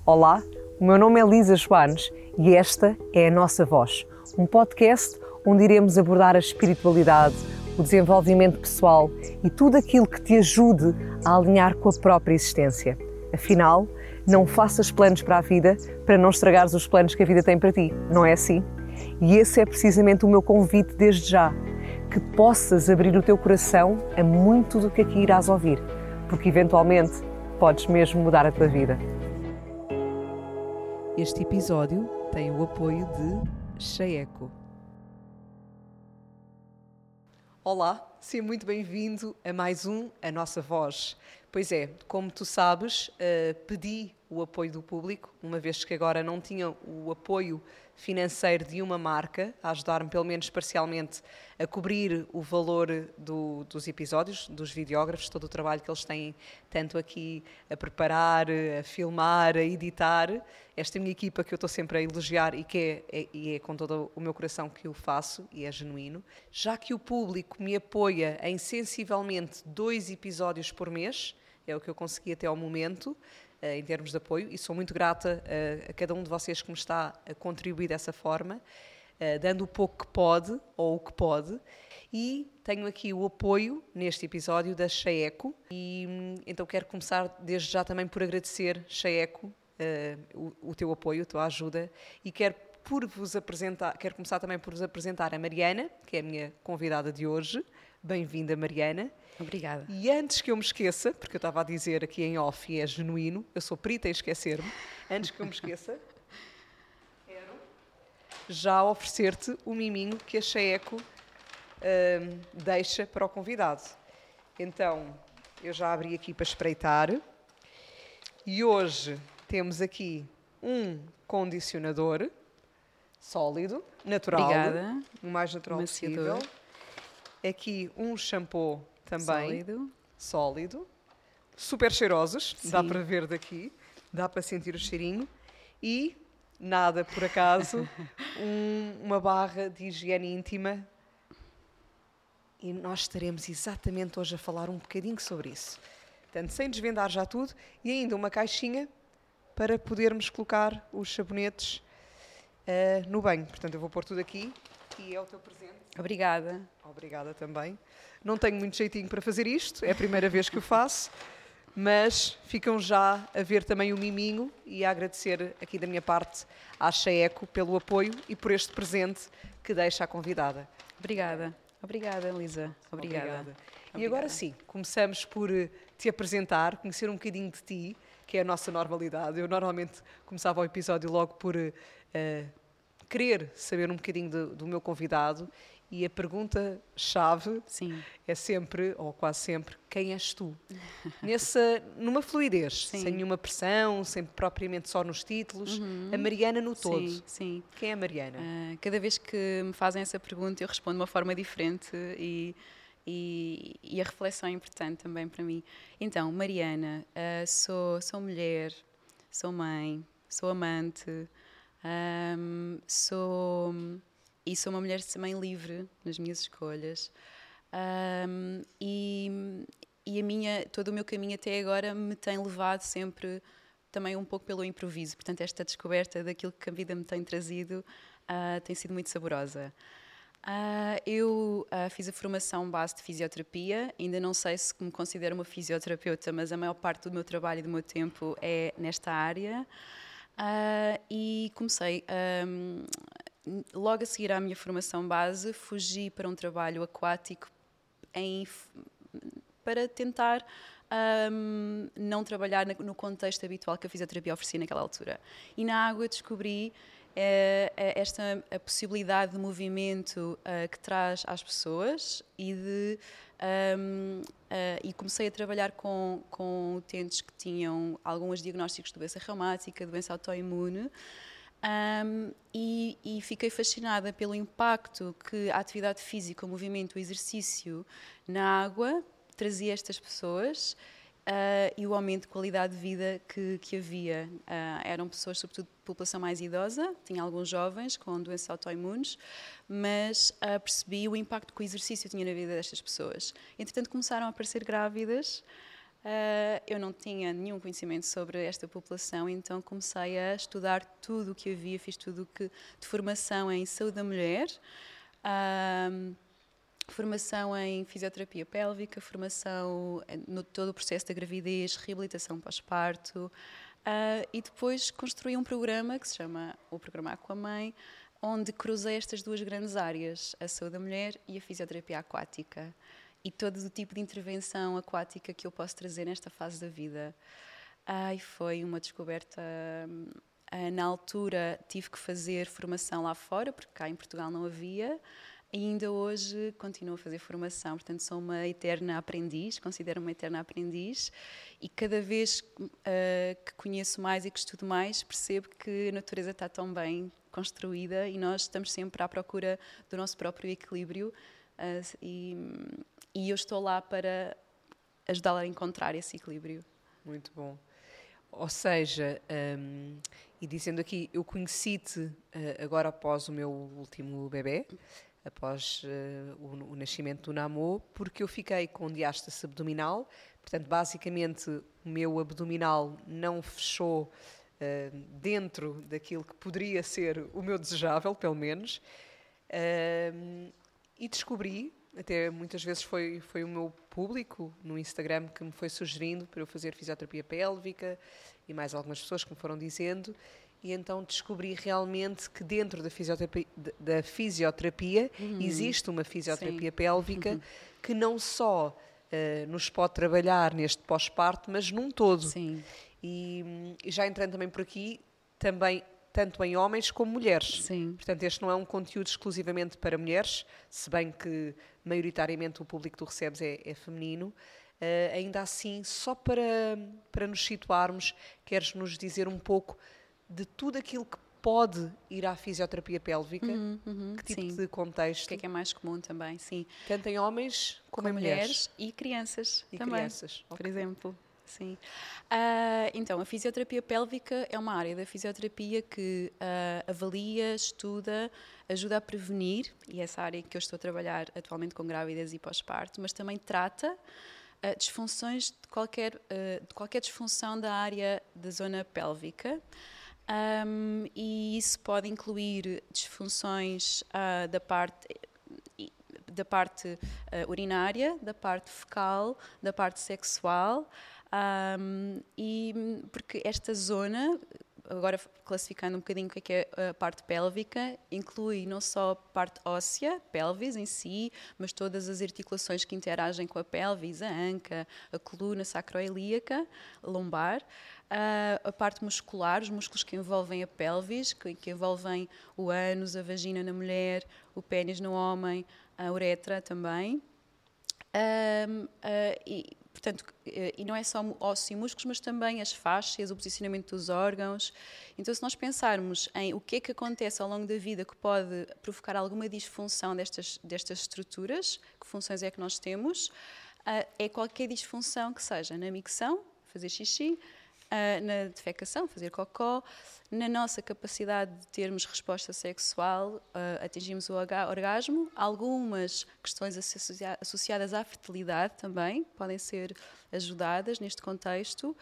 Olá, o meu nome é Lisa Joanes e esta é a Nossa Voz, um podcast onde iremos abordar a espiritualidade, o desenvolvimento pessoal e tudo aquilo que te ajude a alinhar com a própria existência. Afinal, não faças planos para a vida para não estragares os planos que a vida tem para ti, não é assim? E esse é precisamente o meu convite desde já, que possas abrir o teu coração a muito do que aqui irás ouvir, porque eventualmente podes mesmo mudar a tua vida. Este episódio tem o apoio de Chaeco. Olá, seja muito bem-vindo a mais A Nossa Voz. Pois é, como tu sabes, pedi o apoio do público, uma vez que agora não tinha o apoio financeiro de uma marca a ajudar-me, pelo menos parcialmente, a cobrir o valor dos episódios, dos videógrafos, todo o trabalho que eles têm, tanto aqui a preparar, a filmar, a editar. Esta minha equipa que eu estou sempre a elogiar e que é com todo o meu coração que o faço, e é genuíno. Já que o público me apoia em sensivelmente 2 episódios por mês, é o que eu consegui até ao momento, em termos de apoio, e sou muito grata a cada um de vocês que me está a contribuir dessa forma, dando o pouco que pode, ou o que pode, e tenho aqui o apoio, neste episódio, da Chaeco, e então quero começar desde já também por agradecer, Chaeco, o teu apoio, a tua ajuda, e quero começar também por vos apresentar a Mariana, que é a minha convidada de hoje. Bem-vinda, Mariana. Obrigada. E antes que eu me esqueça, porque eu estava a dizer aqui em off e é genuíno, eu sou perita em esquecer-me, antes que eu me esqueça, quero já oferecer-te o miminho que a Chaeco deixa para o convidado. Então, eu já abri aqui para espreitar e hoje temos aqui um condicionador sólido, natural, Obrigada. o mais natural possível. Aqui um shampoo também sólido, super cheirosos, sim. Dá para ver daqui, dá para sentir o cheirinho e, nada por acaso, uma barra de higiene íntima, e nós estaremos exatamente hoje a falar um bocadinho sobre isso. Portanto, sem desvendar já tudo, e ainda uma caixinha para podermos colocar os sabonetes no banho. Portanto, eu vou pôr tudo aqui e é o teu presente. Obrigada. Obrigada também. Não tenho muito jeitinho para fazer isto, é a primeira vez que o faço, mas ficam já a ver também o miminho e a agradecer aqui da minha parte à Chaeco pelo apoio e por este presente que deixa à convidada. Obrigada. Obrigada, Lisa. Obrigada. E agora sim, começamos por te apresentar, conhecer um bocadinho de ti, que é a nossa normalidade. Eu normalmente começava o episódio logo por querer saber um bocadinho do meu convidado. E a pergunta-chave é sempre, ou quase sempre, quem és tu? Numa fluidez, sim. Sem nenhuma pressão, sem propriamente só nos títulos. A Mariana no todo. Sim. Quem é a Mariana? Cada vez que me fazem essa pergunta eu respondo de uma forma diferente e a reflexão é importante também para mim. Então, Mariana, sou mulher, sou mãe, sou amante, sou uma mulher também livre nas minhas escolhas, todo o meu caminho até agora me tem levado sempre também um pouco pelo improviso. Portanto, esta descoberta daquilo que a vida me tem trazido tem sido muito saborosa. Eu fiz a formação base de fisioterapia, ainda não sei se me considero uma fisioterapeuta, mas a maior parte do meu trabalho e do meu tempo é nesta área. E comecei logo a seguir à minha formação base, fugi para um trabalho aquático para tentar não trabalhar no contexto habitual que a fisioterapia oferecia naquela altura. E na água descobri a possibilidade de movimento que traz às pessoas e comecei a trabalhar com utentes que tinham alguns diagnósticos de doença reumática, doença autoimune. E fiquei fascinada pelo impacto que a atividade física, o movimento, o exercício na água trazia a estas pessoas e o aumento de qualidade de vida que havia. Eram pessoas, sobretudo de população mais idosa, tinha alguns jovens com doenças autoimunes, mas percebi o impacto que o exercício tinha na vida destas pessoas. Entretanto, começaram a aparecer grávidas Eu não tinha nenhum conhecimento sobre esta população, então comecei a estudar tudo o que havia, fiz tudo de formação em saúde da mulher, formação em fisioterapia pélvica, formação no todo o processo da gravidez, reabilitação pós-parto, e depois construí um programa que se chama o Programa Aquamãe, onde cruzei estas duas grandes áreas, a saúde da mulher e a fisioterapia aquática. E todo o tipo de intervenção aquática que eu posso trazer nesta fase da vida. E foi uma descoberta. Na altura tive que fazer formação lá fora, porque cá em Portugal não havia. E ainda hoje continuo a fazer formação, portanto sou uma eterna aprendiz, considero-me uma eterna aprendiz. E cada vez que conheço mais e que estudo mais, percebo que a natureza está tão bem construída e nós estamos sempre à procura do nosso próprio equilíbrio. E eu estou lá para ajudá-la a encontrar esse equilíbrio. Muito bom. Ou seja, e dizendo aqui, eu conheci-te agora após o meu último bebê, após o nascimento do Namô, porque eu fiquei com diástase abdominal, portanto, basicamente, o meu abdominal não fechou dentro daquilo que poderia ser o meu desejável, pelo menos, e descobri, até muitas vezes foi o meu público no Instagram que me foi sugerindo para eu fazer fisioterapia pélvica e mais algumas pessoas que me foram dizendo, e então descobri realmente que dentro da fisioterapia existe uma fisioterapia pélvica que não só nos pode trabalhar neste pós-parto, mas num todo. Sim. E já entrando também por aqui, também tanto em homens como mulheres. Sim. Portanto, este não é um conteúdo exclusivamente para mulheres, se bem que maioritariamente o público que tu recebes é feminino. Ainda assim, só para nos situarmos, queres-nos dizer um pouco de tudo aquilo que pode ir à fisioterapia pélvica? Que tipo de contexto? O que é mais comum também, sim. Tanto em homens como em mulheres. E crianças e também, crianças. por exemplo. Sim. Então, a fisioterapia pélvica é uma área da fisioterapia que avalia, estuda, ajuda a prevenir, e essa área que eu estou a trabalhar atualmente com grávidas e pós-parto, mas também trata disfunções de qualquer disfunção da área da zona pélvica. E isso pode incluir disfunções da parte urinária, da parte fecal, da parte sexual, e porque esta zona, agora classificando um bocadinho o que é a parte pélvica, inclui não só a parte óssea, pelvis em si, mas todas as articulações que interagem com a pelvis, a anca, a coluna sacroiliaca, lombar, a parte muscular, os músculos que envolvem a pelvis, que envolvem o ânus, a vagina na mulher, o pênis no homem, a uretra também. Portanto, e não é só ossos e músculos, mas também as fáscias, o posicionamento dos órgãos. Então, se nós pensarmos em o que é que acontece ao longo da vida que pode provocar alguma disfunção destas estruturas, que funções é que nós temos, é qualquer disfunção que seja na micção, fazer xixi, na defecação, fazer cocó, na nossa capacidade de termos resposta sexual, atingimos o orgasmo. Algumas questões associadas à fertilidade também podem ser ajudadas neste contexto.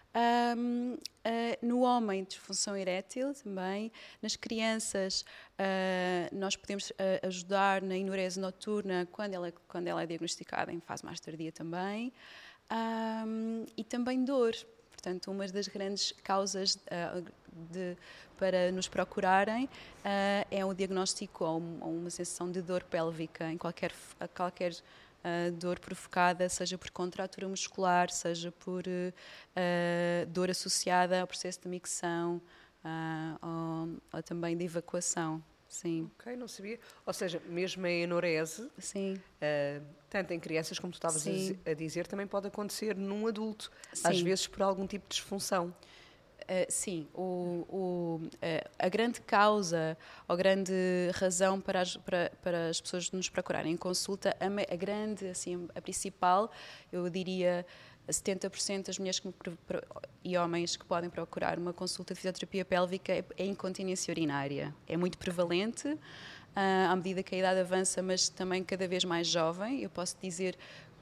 No homem, disfunção erétil também. Nas crianças, nós podemos ajudar na enurese noturna quando ela é diagnosticada em fase mais tardia também. E também dor. Portanto, uma das grandes causas para nos procurarem é o diagnóstico ou uma sensação de dor pélvica em qualquer dor provocada, seja por contratura muscular, seja por dor associada ao processo de micção ou também de evacuação. Sim. Ok, não sabia. Ou seja, mesmo a enurese, sim. Tanto em crianças, como tu estavas a dizer, também pode acontecer num adulto, sim. Às vezes por algum tipo de disfunção. Sim, a grande causa ou grande razão para as pessoas nos procurarem em consulta, a grande, assim, a principal, eu diria 70% das mulheres e homens que podem procurar uma consulta de fisioterapia pélvica é incontinência urinária. É muito prevalente à medida que a idade avança, mas também cada vez mais jovem. Eu posso dizer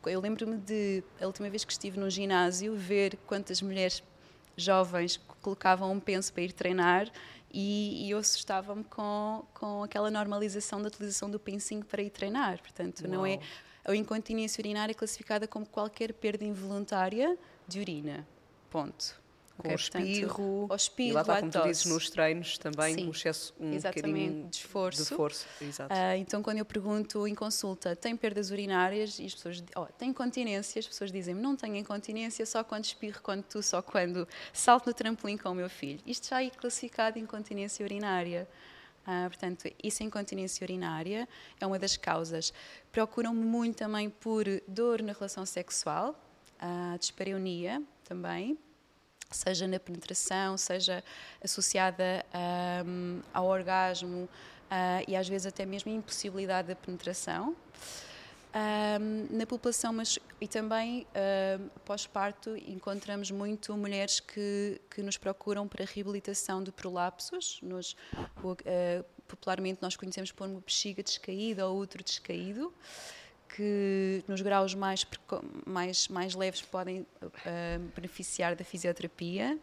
Eu lembro-me de, a última vez que estive no ginásio, ver quantas mulheres jovens colocavam um penso para ir treinar e eu assustava-me com aquela normalização da utilização do pensinho para ir treinar. Portanto, não é a incontinência urinária classificada como qualquer perda involuntária de urina. Ponto. Com o espirro, espirro, e lá está, como tu dizes, nos treinos também, sim, com excesso, bocadinho de esforço. Exato. Então, quando eu pergunto em consulta, tem perdas urinárias? E as pessoas tem incontinência? As pessoas dizem-me, não tenho incontinência, só quando espirro, só quando salto no trampolim com o meu filho. Isto já é classificado incontinência urinária. Portanto, isso é incontinência urinária, é uma das causas. Preocuram-me muito também por dor na relação sexual, dispareunia também, seja na penetração, seja associada ao orgasmo e às vezes até mesmo impossibilidade da penetração. Na população, e também pós-parto, encontramos muito mulheres que nos procuram para reabilitação de prolapsos. Popularmente nós conhecemos por uma bexiga descaída ou útero descaído, que nos graus mais leves podem beneficiar da fisioterapia.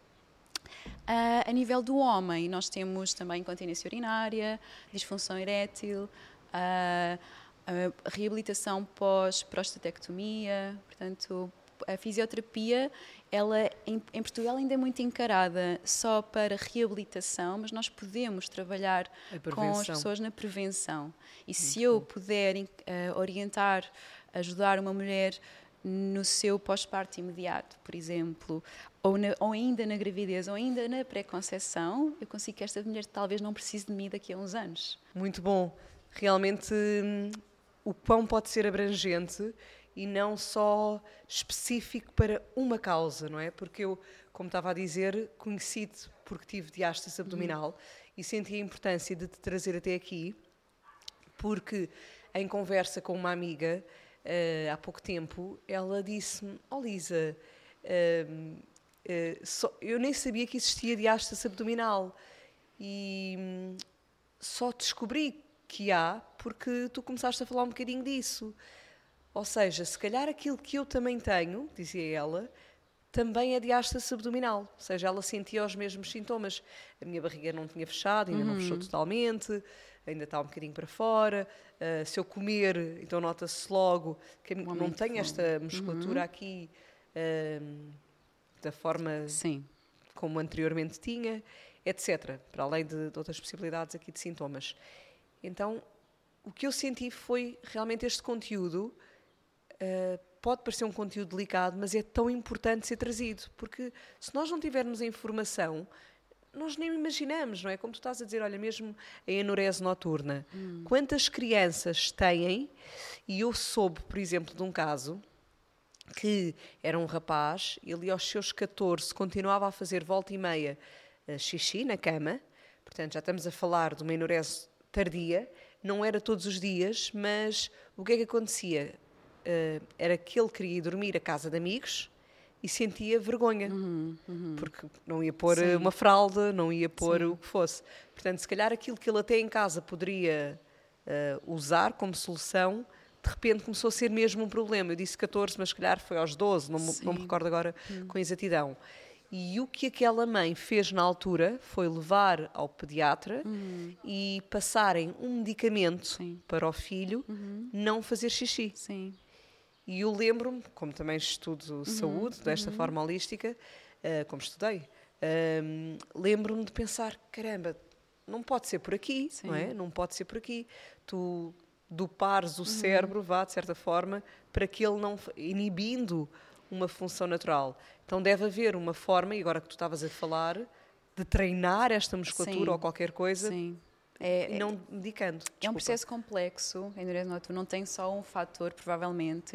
A nível do homem, nós temos também incontinência urinária, disfunção erétil, a reabilitação pós-prostatectomia. Portanto, a fisioterapia, ela em Portugal ainda é muito encarada só para reabilitação, mas nós podemos trabalhar com as pessoas na prevenção. E se eu puder orientar, ajudar uma mulher no seu pós-parto imediato, por exemplo, ou ainda na gravidez, ou ainda na pré-conceição, eu consigo que esta mulher talvez não precise de mim daqui a uns anos. Muito bom. Realmente, o quão pode ser abrangente e não só específico para uma causa, não é? Porque eu, como estava a dizer, conheci-te porque tive diástase abdominal e senti a importância de te trazer até aqui, porque em conversa com uma amiga, há pouco tempo, ela disse-me, Lisa, eu nem sabia que existia diástase abdominal e só descobri que há porque tu começaste a falar um bocadinho disso. Ou seja, se calhar aquilo que eu também tenho, dizia ela, também é diástase abdominal. Ou seja, ela sentia os mesmos sintomas. A minha barriga não tinha fechado, ainda não fechou totalmente, ainda está um bocadinho para fora. Se eu comer, então nota-se logo que não tenho esta musculatura aqui da forma como anteriormente tinha, etc. Para além de outras possibilidades aqui de sintomas. Então, o que eu senti foi realmente este conteúdo. Pode parecer um conteúdo delicado, mas é tão importante ser trazido, porque se nós não tivermos a informação, nós nem imaginamos, não é? Como tu estás a dizer, olha, mesmo a enurese noturna. Quantas crianças têm, e eu soube, por exemplo, de um caso, que era um rapaz, ele aos seus 14 continuava a fazer volta e meia xixi na cama, portanto já estamos a falar de uma enurese tardia, não era todos os dias, mas o que é que acontecia? Era que ele queria ir dormir à casa de amigos e sentia vergonha, porque não ia pôr uma fralda, não ia pôr o que fosse. Portanto, se calhar aquilo que ele até em casa poderia usar como solução, de repente começou a ser mesmo um problema. Eu disse 14, mas se calhar foi aos 12, não me recordo agora com exatidão. E o que aquela mãe fez na altura foi levar ao pediatra e passarem um medicamento para o filho não fazer xixi. Sim. E eu lembro-me, como também estudo saúde, desta forma holística, como estudei, lembro-me de pensar, caramba, não pode ser por aqui, não é? Não pode ser por aqui. Tu dopares o cérebro, de certa forma, para que ele não... inibindo uma função natural. Então deve haver uma forma, e agora que tu estavas a falar, de treinar esta musculatura ou qualquer coisa... E não medicando. Desculpa. É um processo complexo. A enurese noturna não tem só um fator, provavelmente.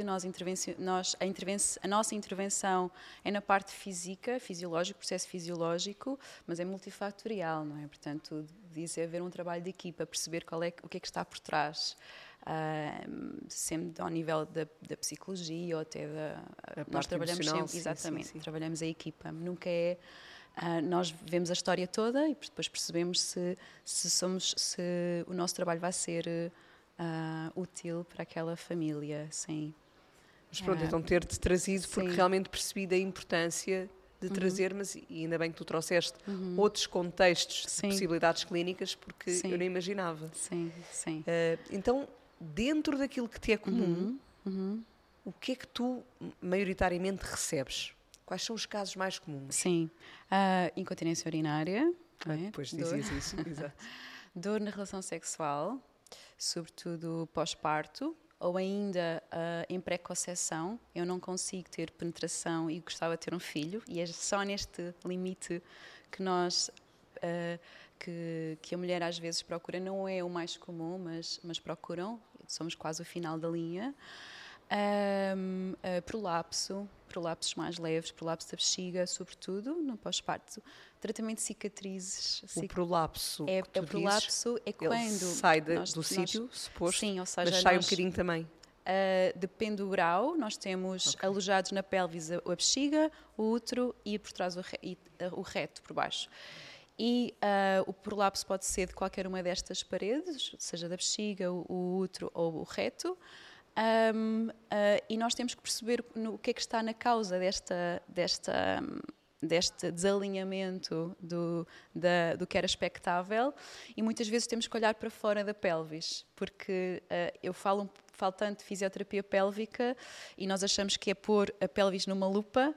A nossa intervenção é na parte física, fisiológico, processo fisiológico, mas é multifatorial, não é? Portanto, diz haver um trabalho de equipa, perceber o que é que está por trás. Sempre ao nível da psicologia ou até nós trabalhamos sempre, exatamente, trabalhamos a equipa. Nunca é... nós vemos a história toda e depois percebemos se o nosso trabalho vai ser útil para aquela família, sim. Mas pronto, então ter-te trazido, porque sim. realmente percebi da importância de trazer, mas e ainda bem que tu trouxeste outros contextos de Sim. possibilidades clínicas, porque Sim. eu nem imaginava. Sim, sim. Então, dentro daquilo que te é comum, o que é que tu maioritariamente recebes? Quais são os casos mais comuns? Sim. Incontinência urinária. não é? Depois Dor. dizias isso, exato. Dor na relação sexual, sobretudo pós-parto, ou ainda em pré-conceção. Eu não consigo ter penetração e gostava de ter um filho, e é só neste limite que nós... que a mulher às vezes procura, não é o mais comum, mas procuram, somos quase o final da linha. Prolapsos mais leves, prolapso da bexiga, sobretudo no pós-parto. Tratamento de cicatrizes. O prolapso É, que tu o prolapso é dizes, ele quando sai do sítio, suposto, sim, ou seja, mas sai um bocadinho também. Depende do grau, nós temos alojados na pelvis a bexiga, o útero e por trás o reto por baixo. E o prolapso pode ser de qualquer uma destas paredes, seja da bexiga, o útero ou o reto. E nós temos que perceber o que é que está na causa deste desalinhamento do que era expectável, e muitas vezes temos que olhar para fora da pelvis, porque eu falo tanto de fisioterapia pélvica e nós achamos que é pôr a pelvis numa lupa,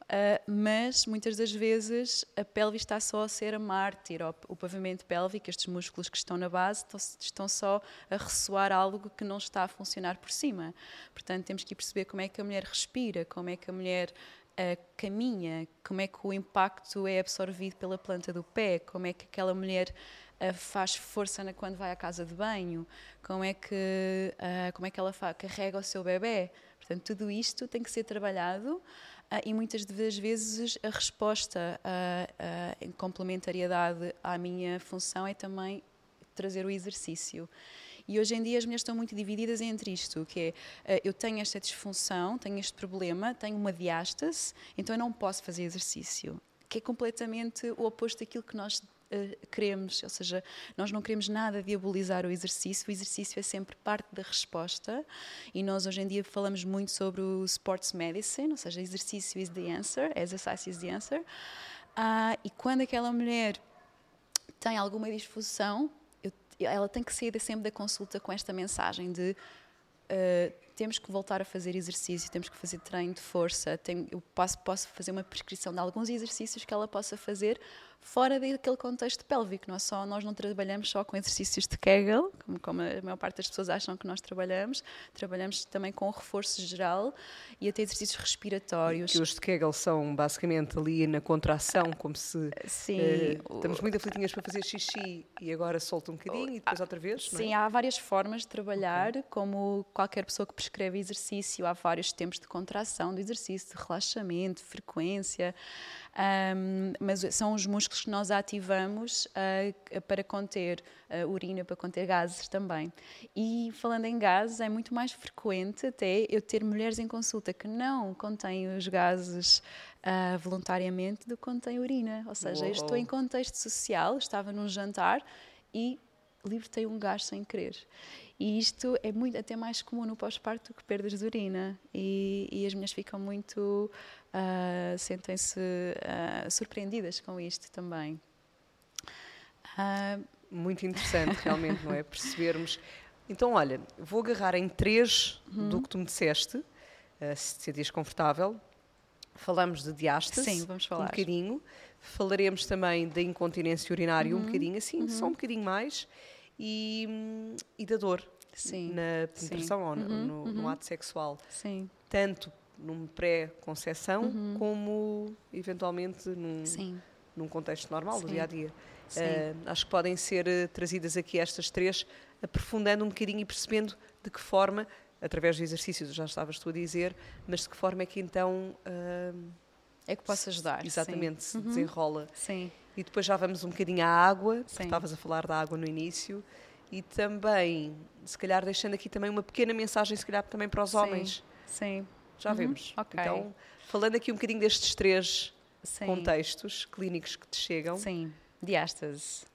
mas muitas das vezes a pelvis está só a ser a mártir, o pavimento pélvico, estes músculos que estão na base estão só a ressoar algo que não está a funcionar por cima. Portanto, temos que perceber como é que a mulher respira, como é que a mulher caminha, como é que o impacto é absorvido pela planta do pé, como é que aquela mulher faz força quando vai à casa de banho, como é que ela carrega o seu bebê. Portanto, tudo isto tem que ser trabalhado. E muitas das vezes a resposta em complementariedade à minha função é também trazer o exercício. E hoje em dia as mulheres estão muito divididas entre isto, que é, eu tenho esta disfunção, tenho este problema, tenho uma diástase, então eu não posso fazer exercício, que é completamente o oposto daquilo que nós queremos, ou seja, nós não queremos nada diabolizar o exercício é sempre parte da resposta, e nós hoje em dia falamos muito sobre o sports medicine, ou seja, exercício is the answer, exercise is the answer, e quando aquela mulher tem alguma disfunção, ela tem que sair sempre da consulta com esta mensagem de temos que voltar a fazer exercício, temos que fazer treino de força, eu posso fazer uma prescrição de alguns exercícios que ela possa fazer fora daquele contexto pélvico. Nós não trabalhamos só com exercícios de Kegel, como a maior parte das pessoas acham que nós trabalhamos também com o reforço geral e até exercícios respiratórios. Que os de Kegel são basicamente ali na contração, como se estamos muito aflitinhas para fazer xixi e agora solta um bocadinho e depois outra vez, não é? Sim, há várias formas de trabalhar, como qualquer pessoa que prescreve exercício, há vários tempos de contração do exercício, de relaxamento, de frequência, mas são os músculos que nós ativamos para conter urina, para conter gases também. E falando em gases, é muito mais frequente até eu ter mulheres em consulta que não contêm os gases voluntariamente do que contêm urina. Ou seja, eu estou em contexto social, estava num jantar e libertei um gás sem querer. E isto é muito, até mais comum no pós-parto do que perdas de urina. E as mulheres ficam muito, sentem-se surpreendidas com isto também. Muito interessante, realmente, não é? Percebermos. Então, olha, vou agarrar em 3 do que tu me disseste, se te sentias confortável. Falamos de diástase, sim, vamos falar. Um bocadinho. Falaremos também da incontinência urinária, um bocadinho, assim, só um bocadinho mais. E da dor, sim, na penetração ou no ato sexual. Sim. Tanto num pré-conceção como, eventualmente, num contexto normal, do dia-a-dia. Acho que podem ser trazidas aqui estas 3, aprofundando um bocadinho e percebendo de que forma, através do exercício, já estavas tu a dizer, mas de que forma é que então... é que posso ajudar. Exatamente, se desenrola. Sim. E depois já vamos um bocadinho à água, porque estavas a falar da água no início, e também, se calhar, deixando aqui também uma pequena mensagem, se calhar, também para os homens. Sim. Já vemos. Okay. Então, falando aqui um bocadinho destes 3 contextos clínicos que te chegam. Sim. Diástase.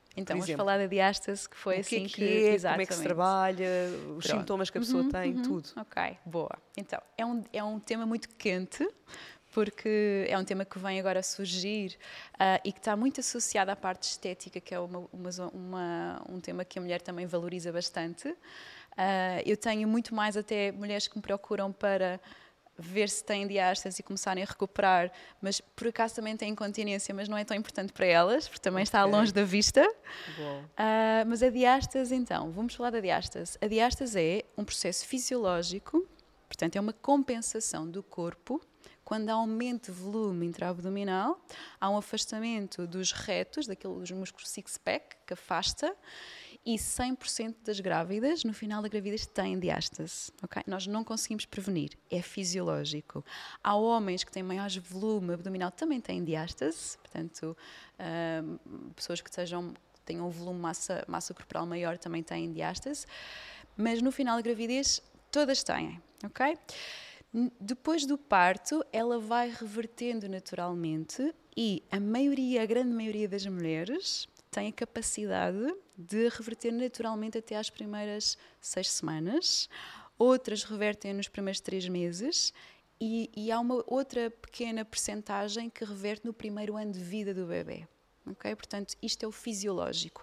Então, vamos falar da diástase, que foi assim que é, como é que se trabalha, os sintomas que a pessoa tem, tudo. Ok, boa. Então, é um tema muito quente, porque é um tema que vem agora a surgir e que está muito associado à parte estética, que é um tema que a mulher também valoriza bastante. Eu tenho muito mais até mulheres que me procuram para ver se têm diástase e começarem a recuperar, mas por acaso também têm incontinência, mas não é tão importante para elas, porque também está longe da vista. Mas a diástase, então, vamos falar da diástase. A diástase é um processo fisiológico, portanto é uma compensação do corpo. Quando há aumento de volume intraabdominal, há um afastamento dos retos, dos músculos six-pack, que afasta, e 100% das grávidas, no final da gravidez, têm diástase. Okay? Nós não conseguimos prevenir, é fisiológico. Há homens que têm maior volume abdominal, também têm diástase, portanto, pessoas que tenham um volume massa corporal maior também têm diástase, mas no final da gravidez, todas têm, ok? Depois do parto, ela vai revertendo naturalmente e a grande maioria das mulheres tem a capacidade de reverter naturalmente até às primeiras 6 semanas. Outras revertem nos primeiros 3 meses e há uma outra pequena percentagem que reverte no primeiro ano de vida do bebê. Okay? Portanto, isto é o fisiológico.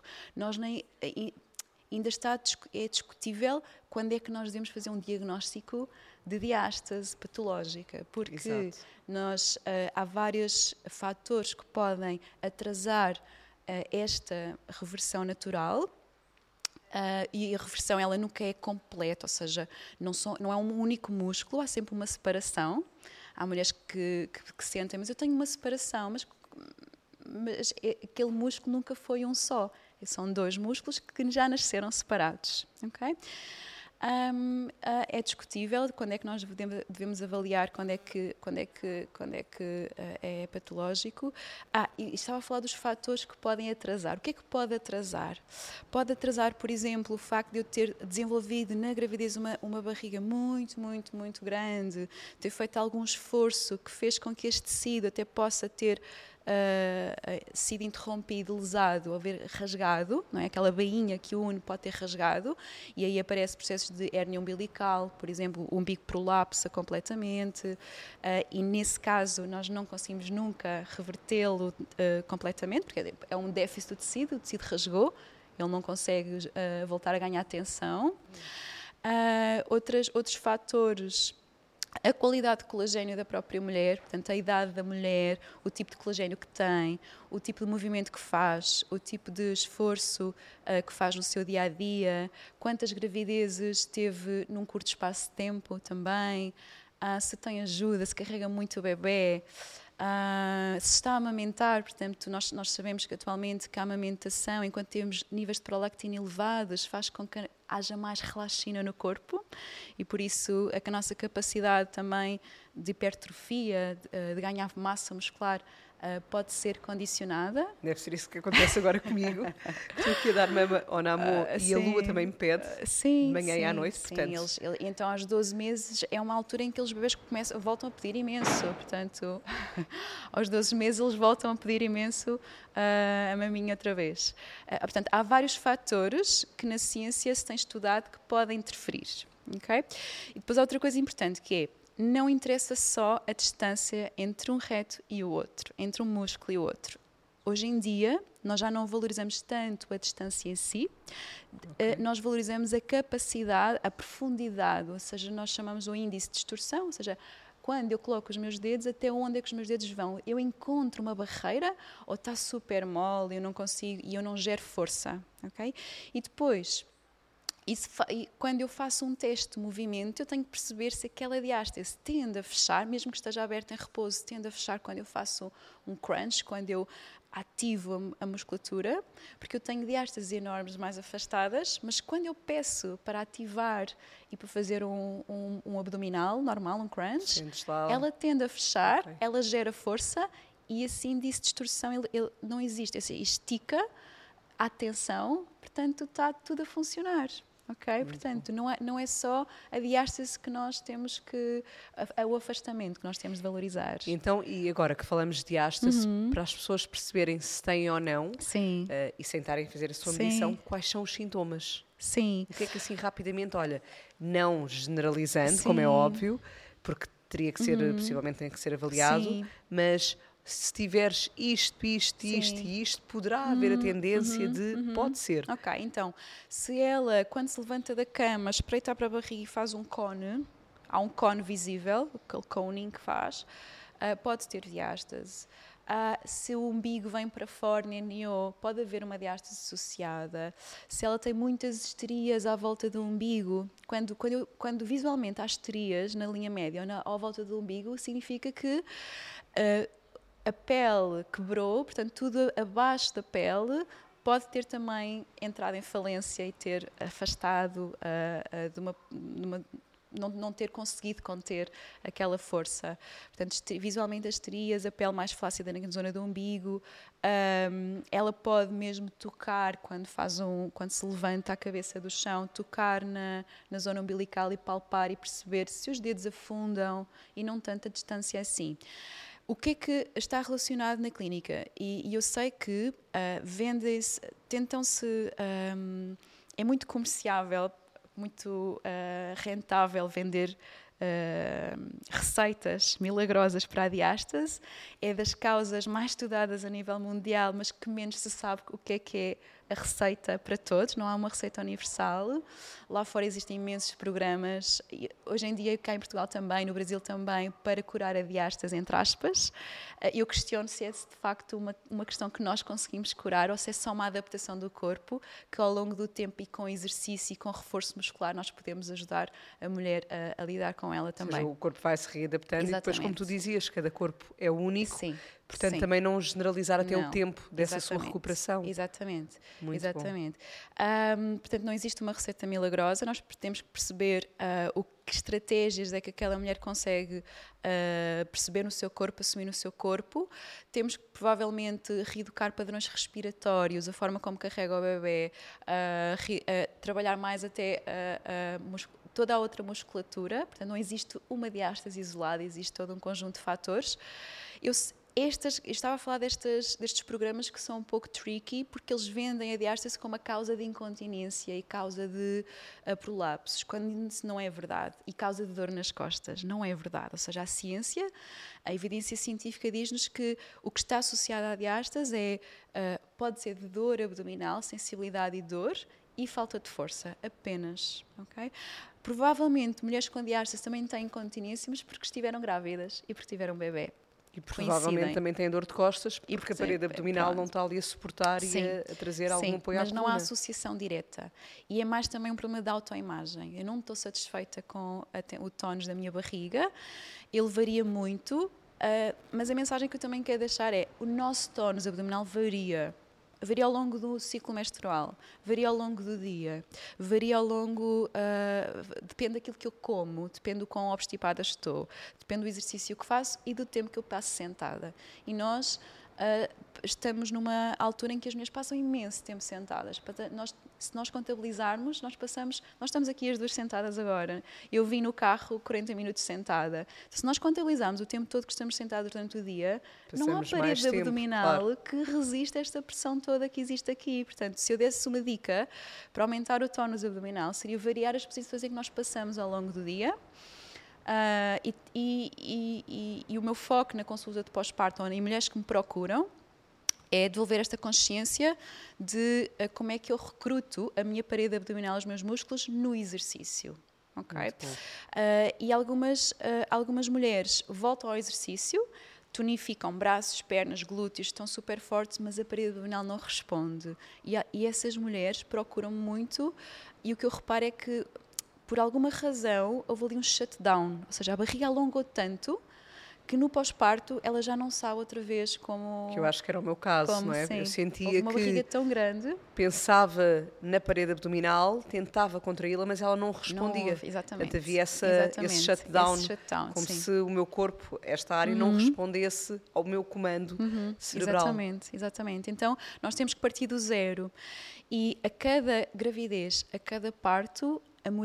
Ainda é discutível quando é que nós devemos fazer um diagnóstico de diástase patológica, porque há vários fatores que podem atrasar esta reversão natural e a reversão ela nunca é completa, ou seja, não é um único músculo, há sempre uma separação. Há mulheres que sentem, mas eu tenho uma separação, mas aquele músculo nunca foi um só. São 2 músculos que já nasceram separados. Okay? É discutível quando é que nós devemos avaliar quando é que é patológico. E estava a falar dos fatores que podem atrasar. O que é que pode atrasar? Pode atrasar, por exemplo, o facto de eu ter desenvolvido na gravidez uma barriga muito, muito, muito grande, ter feito algum esforço que fez com que este tecido até possa ter sido interrompido, lesado, haver rasgado, não é? Aquela bainha que o une pode ter rasgado, e aí aparece processos de hérnia umbilical, por exemplo, o umbigo prolapsa completamente, e nesse caso nós não conseguimos nunca revertê-lo completamente, porque é um déficit do tecido, o tecido rasgou, ele não consegue voltar a ganhar tensão. Outros fatores: a qualidade de colagênio da própria mulher, portanto, a idade da mulher, o tipo de colagênio que tem, o tipo de movimento que faz, o tipo de esforço que faz no seu dia-a-dia, quantas gravidezes teve num curto espaço de tempo também, se tem ajuda, se carrega muito o bebê, se está a amamentar. Portanto, nós sabemos que atualmente que a amamentação, enquanto temos níveis de prolactina elevados, faz com que haja mais relaxina no corpo e por isso a nossa capacidade também de hipertrofia, de ganhar massa muscular, pode ser condicionada. Deve ser isso que acontece agora comigo. Estou aqui a dar mama ao Namô e a Lua também me pede, de manhã e à noite. Portanto. Então, aos 12 meses é uma altura em que os bebês voltam a pedir imenso. Portanto, aos 12 meses eles voltam a pedir imenso a maminha outra vez. Portanto, há vários fatores que na ciência se tem estudado que podem interferir. Okay? E depois há outra coisa importante que é: não interessa só a distância entre um reto e o outro, entre um músculo e o outro. Hoje em dia, nós já não valorizamos tanto a distância em si, nós valorizamos a capacidade, a profundidade, ou seja, nós chamamos o índice de distorção, ou seja, quando eu coloco os meus dedos, até onde é que os meus dedos vão? Eu encontro uma barreira ou está super mole, eu não consigo e eu não gero força, ok? E depois, quando eu faço um teste de movimento, eu tenho que perceber se aquela diástase tende a fechar, mesmo que esteja aberta em repouso, tende a fechar quando eu faço um crunch, quando eu ativo a musculatura, porque eu tenho diástases enormes mais afastadas, mas quando eu peço para ativar e para fazer um abdominal normal, um crunch, ela tende a fechar, ela gera força e esse índice de distorção ele não existe, estica a tensão, portanto está tudo a funcionar. Ok? Portanto, não é só a diástase que nós temos o afastamento que nós temos de valorizar. Então, e agora que falamos de diástase, para as pessoas perceberem se têm ou não, Sim. E sem estarem a fazer a sua Sim. medição, quais são os sintomas? Sim. O que é que assim rapidamente, olha, não generalizando, Sim. como é óbvio, porque teria que ser, possivelmente tem que ser avaliado, Sim. mas se tiveres isto e isto, poderá haver a tendência de pode ser. Ok, então, se ela, quando se levanta da cama, espreita para a barriga e faz um cone, há um cone visível, aquele coning que faz, pode ter diástase. Se o umbigo vem para fora, NNO, pode haver uma diástase associada. Se ela tem muitas estrias à volta do umbigo, quando visualmente há estrias na linha média ou à volta do umbigo, significa que a pele quebrou, portanto, tudo abaixo da pele pode ter também entrado em falência e ter afastado não ter conseguido conter aquela força. Portanto, visualmente as estrias, a pele mais flácida na zona do umbigo, ela pode mesmo tocar quando se levanta a cabeça do chão, tocar na zona umbilical e palpar e perceber se os dedos afundam e não tanta distância assim. O que é que está relacionado na clínica? E eu sei que vendem-se, tentam-se, é muito comerciável, muito rentável vender receitas milagrosas para a diástase. É das causas mais estudadas a nível mundial, mas que menos se sabe o que é a receita para todos, não há uma receita universal. Lá fora existem imensos programas, hoje em dia cá em Portugal também, no Brasil também, para curar a diástase, entre aspas. Eu questiono se é de facto uma questão que nós conseguimos curar ou se é só uma adaptação do corpo, que ao longo do tempo e com exercício e com reforço muscular nós podemos ajudar a mulher a lidar com ela também. Ou seja, o corpo vai se readaptando. Exatamente. E depois, como tu dizias, cada corpo é único. Sim. Portanto, Sim. também não generalizar até Não. o tempo dessa Exatamente. sua recuperação. Exatamente. Muito Exatamente. Portanto, não existe uma receita milagrosa, nós temos que perceber que estratégias é que aquela mulher consegue perceber no seu corpo, assumir no seu corpo. Temos que provavelmente reeducar padrões respiratórios, a forma como carrega o bebê, trabalhar mais até toda a outra musculatura. Portanto, não existe uma diástase isolada, existe todo um conjunto de fatores. Eu estava a falar destes programas que são um pouco tricky, porque eles vendem a diástase como a causa de incontinência e causa de prolapsos, quando isso não é verdade. E causa de dor nas costas, não é verdade. Ou seja, a evidência científica diz-nos que o que está associado à diástase pode ser de dor abdominal, sensibilidade e dor, e falta de força, apenas. Okay? Provavelmente, mulheres com diástase também têm incontinência, mas porque estiveram grávidas e porque tiveram um bebê. E provavelmente também têm dor de costas, porque a parede abdominal pronto. não está ali a suportar e a trazer algum apoio à coluna. Mas não há associação direta. E é mais também um problema de autoimagem. Eu não estou satisfeita com o tónus da minha barriga, ele varia muito, mas a mensagem que eu também quero deixar é: o nosso tónus abdominal varia ao longo do ciclo menstrual, varia ao longo do dia, varia ao longo, depende daquilo que eu como, depende do quão obstipada estou, depende do exercício que faço e do tempo que eu passo sentada. E nós estamos numa altura em que as mulheres passam imenso tempo sentadas. Se nós contabilizarmos, nós estamos aqui as duas sentadas agora. Eu vim no carro 40 minutos sentada. Se nós contabilizarmos o tempo todo que estamos sentados durante o dia, não há parede abdominal que resista a esta pressão toda que existe aqui. Portanto, se eu desse uma dica para aumentar o tónus abdominal, seria variar as posições em que nós passamos ao longo do dia. E o meu foco na consulta de pós-parto em mulheres que me procuram é devolver esta consciência de como é que eu recruto a minha parede abdominal, os meus músculos, no exercício. Okay? E algumas mulheres voltam ao exercício, tonificam braços, pernas, glúteos, estão super fortes, mas a parede abdominal não responde. E essas mulheres procuram muito, e o que eu reparo é que, por alguma razão, houve ali um shutdown, ou seja, a barriga alongou tanto que no pós-parto ela já não sabe outra vez como... Que eu acho que era o meu caso, não é? Sim, Eu sentia houve uma barriga tão grande. Pensava na parede abdominal, tentava contraí-la, mas ela não respondia. Não houve, exatamente. Portanto, havia esse shutdown, como sim. se o meu corpo, esta área, não respondesse ao meu comando cerebral. Exatamente. Então, nós temos que partir do zero. E a cada gravidez, a cada parto,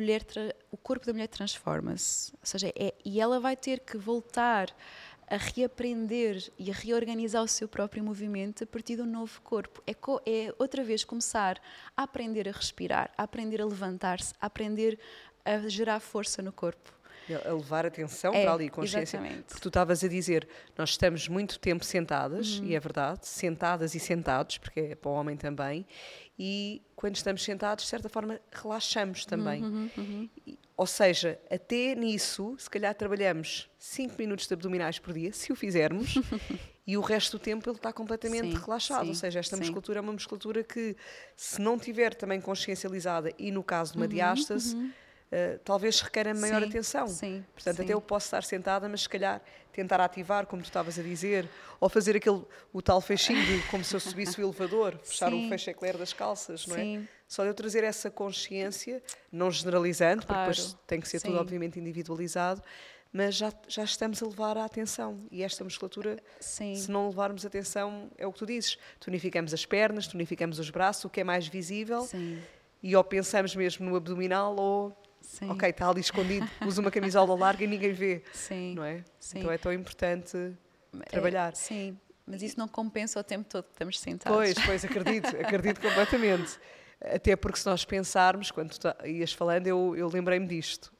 o corpo da mulher transforma-se. Ou seja, e ela vai ter que voltar a reaprender e a reorganizar o seu próprio movimento a partir de um novo corpo. É outra vez começar a aprender a respirar, a aprender a levantar-se, a aprender a gerar força no corpo. A levar atenção para ali, consciência. Exatamente. Porque tu estavas a dizer, nós estamos muito tempo sentadas, e é verdade, sentadas e sentados, porque é para o homem também, e quando estamos sentados, de certa forma, relaxamos também. Ou seja, até nisso, se calhar trabalhamos 5 minutos de abdominais por dia, se o fizermos, e o resto do tempo ele está completamente relaxado. Ou seja, esta musculatura é uma musculatura que, se não tiver também consciencializada, e no caso de uma diástase, talvez requeira maior atenção. Portanto, até eu posso estar sentada, mas se calhar tentar ativar, como tu estavas a dizer, ou fazer o tal fechinho, como se eu subisse o elevador, fechar o fecho eclair das calças, não é? Só de eu trazer essa consciência, não generalizando, porque depois tem que ser tudo obviamente individualizado, mas já estamos a levar a atenção. E esta musculatura, se não levarmos atenção, é o que tu dizes, tonificamos as pernas, tonificamos os braços, o que é mais visível, e ou pensamos mesmo no abdominal ou... Ok, está ali escondido, usa uma camisola larga e ninguém vê, não é? Então é tão importante trabalhar. Mas isso não compensa o tempo todo que estamos sentados. Pois, acredito completamente. Até porque se nós pensarmos, quando tu ias falando, eu lembrei-me disto.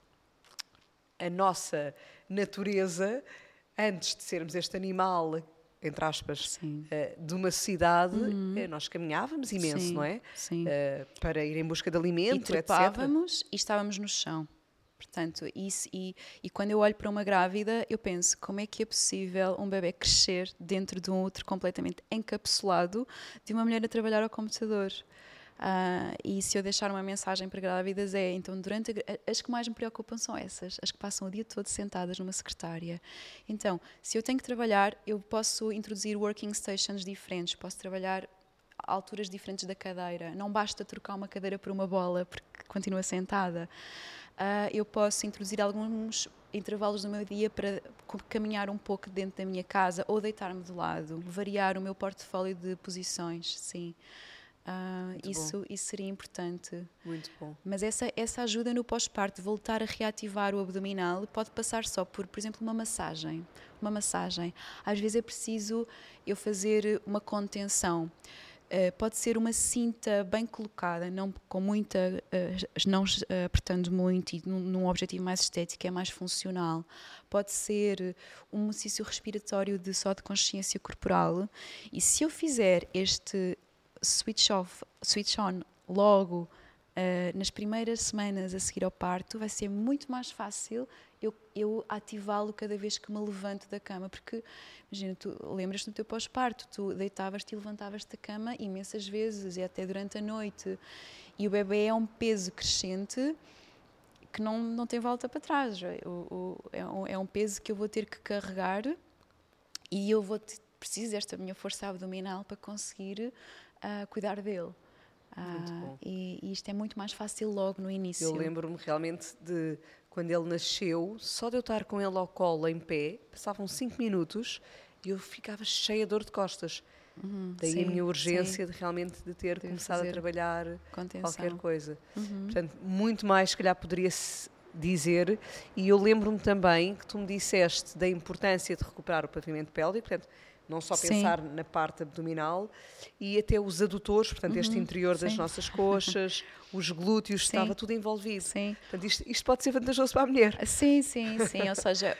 A nossa natureza, antes de sermos este animal, entre aspas, de uma cidade, nós caminhávamos imenso, não é? Para ir em busca de alimento, e trepávamos, e estávamos no chão. Portanto, e quando eu olho para uma grávida, eu penso, como é que é possível um bebê crescer dentro de um útero completamente encapsulado de uma mulher a trabalhar ao computador? E se eu deixar uma mensagem para grávidas então as que mais me preocupam são essas, as que passam o dia todo sentadas numa secretária. Então, se eu tenho que trabalhar, eu posso introduzir working stations diferentes, posso trabalhar a alturas diferentes da cadeira, não basta trocar uma cadeira por uma bola porque continua sentada. Eu posso introduzir alguns intervalos do meu dia para caminhar um pouco dentro da minha casa ou deitar-me de lado, variar o meu portfólio de posições, sim. Isso seria importante. Muito bom. Mas essa ajuda no pós-parto, voltar a reativar o abdominal, pode passar só por exemplo, uma massagem. Às vezes é preciso eu fazer uma contenção. Pode ser uma cinta bem colocada, não com muita, não apertando muito e num objetivo mais estético, é mais funcional. Pode ser um exercício respiratório só de consciência corporal. E se eu fizer este switch on logo nas primeiras semanas a seguir ao parto, vai ser muito mais fácil eu ativá-lo cada vez que me levanto da cama, porque imagina, tu lembras-te do teu pós-parto, tu deitavas-te e levantavas-te da cama imensas vezes e até durante a noite, e o bebê é um peso crescente que não tem volta para trás, é um peso que eu vou ter que carregar e eu preciso desta minha força abdominal para conseguir cuidar dele. E isto é muito mais fácil logo no início. Eu lembro-me realmente de quando ele nasceu, só de eu estar com ele ao colo em pé, passavam 5 minutos e eu ficava cheia de dor de costas. Daí a minha urgência de realmente de ter começado a trabalhar qualquer coisa. Portanto, muito mais se calhar poderia-se dizer, e eu lembro-me também que tu me disseste da importância de recuperar o pavimento pélvico, portanto, não só pensar na parte abdominal e até os adutores, portanto, este interior das nossas coxas, os glúteos, estava tudo envolvido. Portanto, isto pode ser vantajoso para a mulher. Sim. Ou seja,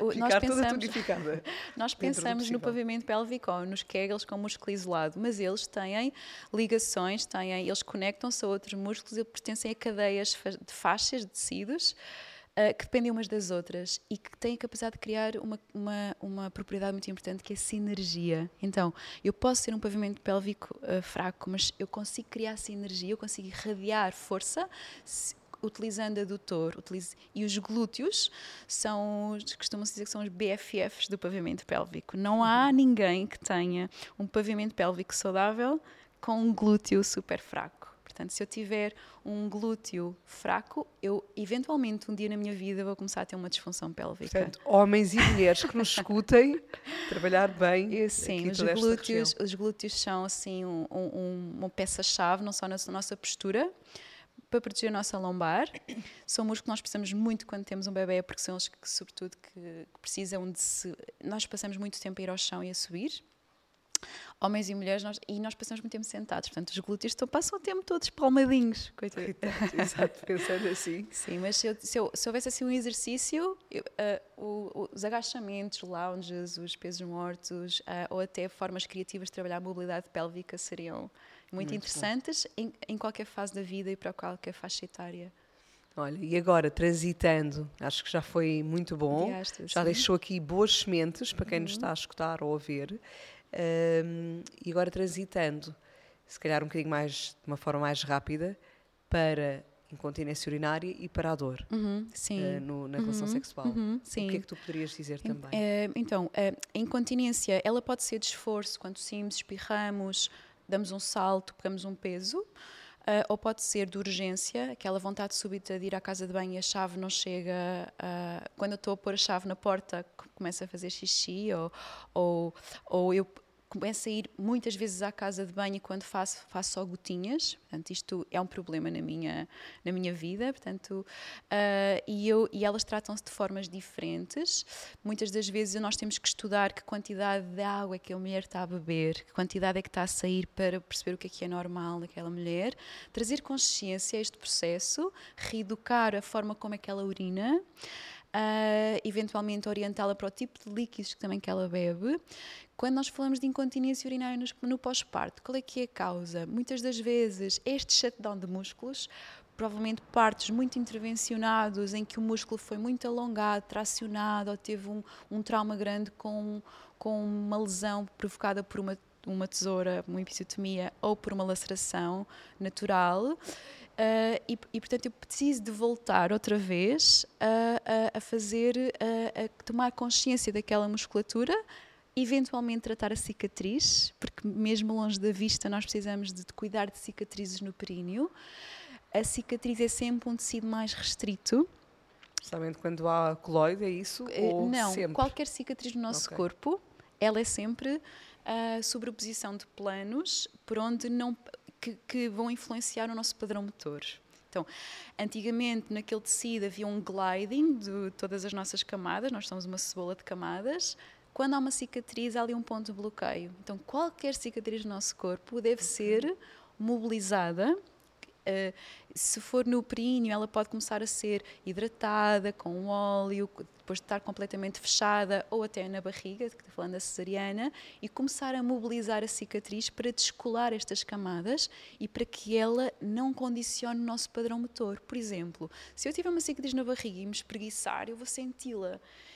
nós pensamos no pavimento pélvico, nos Kegels com músculo isolado, mas eles têm ligações, eles conectam-se a outros músculos e pertencem a cadeias de faixas, de tecidos, que dependem umas das outras e que têm a capacidade de criar uma propriedade muito importante, que é a sinergia. Então, eu posso ter um pavimento pélvico fraco, mas eu consigo criar sinergia, eu consigo irradiar força utilizando adutor, e os glúteos costumam-se dizer que são os BFFs do pavimento pélvico. Não há ninguém que tenha um pavimento pélvico saudável com um glúteo super fraco. Portanto, se eu tiver um glúteo fraco, eu eventualmente um dia na minha vida vou começar a ter uma disfunção pélvica. Portanto, homens e mulheres que nos escutem, trabalhar bem. Sim, os glúteos são assim uma peça-chave, não só na nossa postura, para proteger a nossa lombar. São músculos que nós precisamos muito quando temos um bebê, porque são eles que, sobretudo, que precisam de se... Nós passamos muito tempo a ir ao chão e a subir. Homens e mulheres, nós passamos muito tempo sentados, portanto os glúteos passam o tempo todos palmadinhos. Exato, pensando assim. Sim, mas se houvesse assim um exercício, os agachamentos, lounges, os pesos mortos, ou até formas criativas de trabalhar a mobilidade pélvica seriam muito interessantes em qualquer fase da vida e para qualquer faixa etária. Olha, e agora, transitando, acho que já foi muito bom, já deixou aqui boas sementes para quem nos está a escutar ou a ver. E agora transitando, se calhar um bocadinho mais, de uma forma mais rápida, para incontinência urinária e para a dor na relação sexual. Sim. O que é que tu poderias dizer também? Então, a incontinência, ela pode ser de esforço, quando tossimos, espirramos, damos um salto, pegamos um peso, ou pode ser de urgência, aquela vontade súbita de ir à casa de banho e a chave não chega, quando eu estou a pôr a chave na porta, começo a fazer xixi, ou eu começo a ir muitas vezes à casa de banho e quando faço só gotinhas. Portanto, isto é um problema na minha vida. Portanto, e elas tratam-se de formas diferentes. Muitas das vezes nós temos que estudar que quantidade de água é que a mulher está a beber, que quantidade é que está a sair para perceber o que é normal naquela mulher. Trazer consciência a este processo, reeducar a forma como é que ela urina, eventualmente orientá-la para o tipo de líquidos que ela bebe. Quando nós falamos de incontinência urinária no pós-parto, qual é que é a causa? Muitas das vezes este shutdown de músculos, provavelmente partos muito intervencionados em que o músculo foi muito alongado, tracionado, ou teve um trauma grande com uma lesão provocada por uma tesoura, uma episiotomia ou por uma laceração natural. E portanto eu preciso de voltar outra vez a tomar consciência daquela musculatura, eventualmente tratar a cicatriz, porque mesmo longe da vista nós precisamos de cuidar de cicatrizes no períneo. A cicatriz é sempre um tecido mais restrito. Justamente quando há coloide, é isso? Ou não, sempre? Qualquer cicatriz no nosso corpo, ela é sempre a sobreposição de planos por onde que vão influenciar o nosso padrão motor. Então, antigamente naquele tecido havia um gliding de todas as nossas camadas, nós somos uma cebola de camadas. Quando há uma cicatriz, há ali um ponto de bloqueio. Então, qualquer cicatriz no nosso corpo deve ser mobilizada. Se for no períneo, ela pode começar a ser hidratada com óleo, depois de estar completamente fechada, ou até na barriga, que está falando da cesariana, e começar a mobilizar a cicatriz para descolar estas camadas e para que ela não condicione o nosso padrão motor. Por exemplo, se eu tiver uma cicatriz na barriga e me espreguiçar, eu vou senti-la.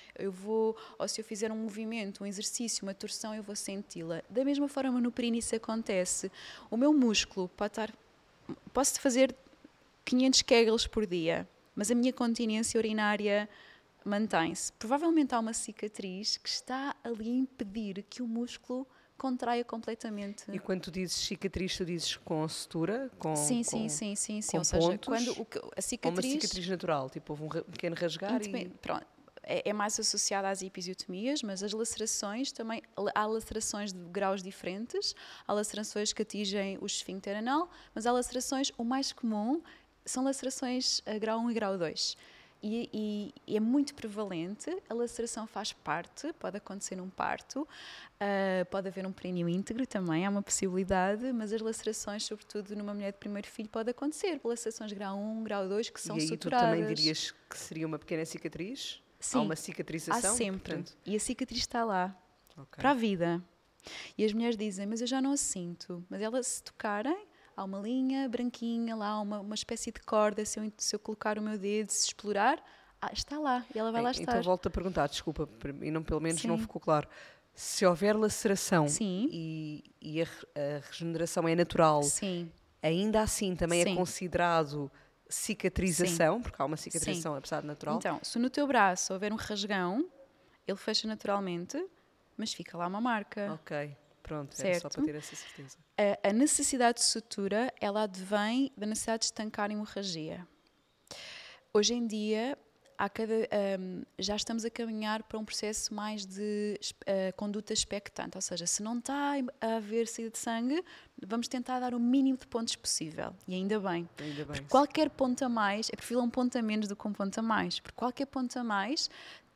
Ou se eu fizer um movimento, um exercício, uma torção, eu vou senti-la. Da mesma forma no períneo isso acontece. O meu músculo posso fazer 500 kegels por dia, mas a minha continência urinária mantém-se. Provavelmente há uma cicatriz que está ali a impedir que o músculo contraia completamente. E quando tu dizes cicatriz, tu dizes com sutura? Sim. Com ou seja, pontos, quando a cicatriz... ou uma cicatriz natural, tipo houve um pequeno rasgar Pronto. É mais associada às episiotomias, mas as lacerações também, há lacerações de graus diferentes, há lacerações que atingem o esfíncter anal, mas há lacerações, o mais comum são lacerações a grau 1 e grau 2. E é muito prevalente, a laceração faz parte, pode acontecer num parto, pode haver um períneo íntegro também, há uma possibilidade, mas as lacerações, sobretudo numa mulher de primeiro filho, pode acontecer, lacerações grau 1, grau 2, que são suturadas. E aí tu também dirias que seria uma pequena cicatriz? Sim, há uma cicatrização? Há sempre. Portanto... E a cicatriz está lá, para a vida. E as mulheres dizem, mas eu já não a sinto. Mas elas, se tocarem, há uma linha branquinha lá, uma espécie de corda, se eu colocar o meu dedo, se explorar, está lá, e ela vai lá estar. Então volto a perguntar, desculpa, e não, pelo menos não ficou claro. Se houver laceração e a regeneração é natural, ainda assim também é considerado cicatrização, porque há uma cicatrização apesar de natural. Então, se no teu braço houver um rasgão, ele fecha naturalmente, mas fica lá uma marca. Ok, pronto, era só para ter essa certeza. A necessidade de sutura, ela advém da necessidade de estancar a hemorragia. Hoje em dia, já estamos a caminhar para um processo mais de conduta expectante, ou seja, se não está a haver saída de sangue, vamos tentar dar o mínimo de pontos possível. E ainda bem. Porque qualquer ponto a mais, é preferível um ponto a menos do que um ponto a mais, porque qualquer ponto a mais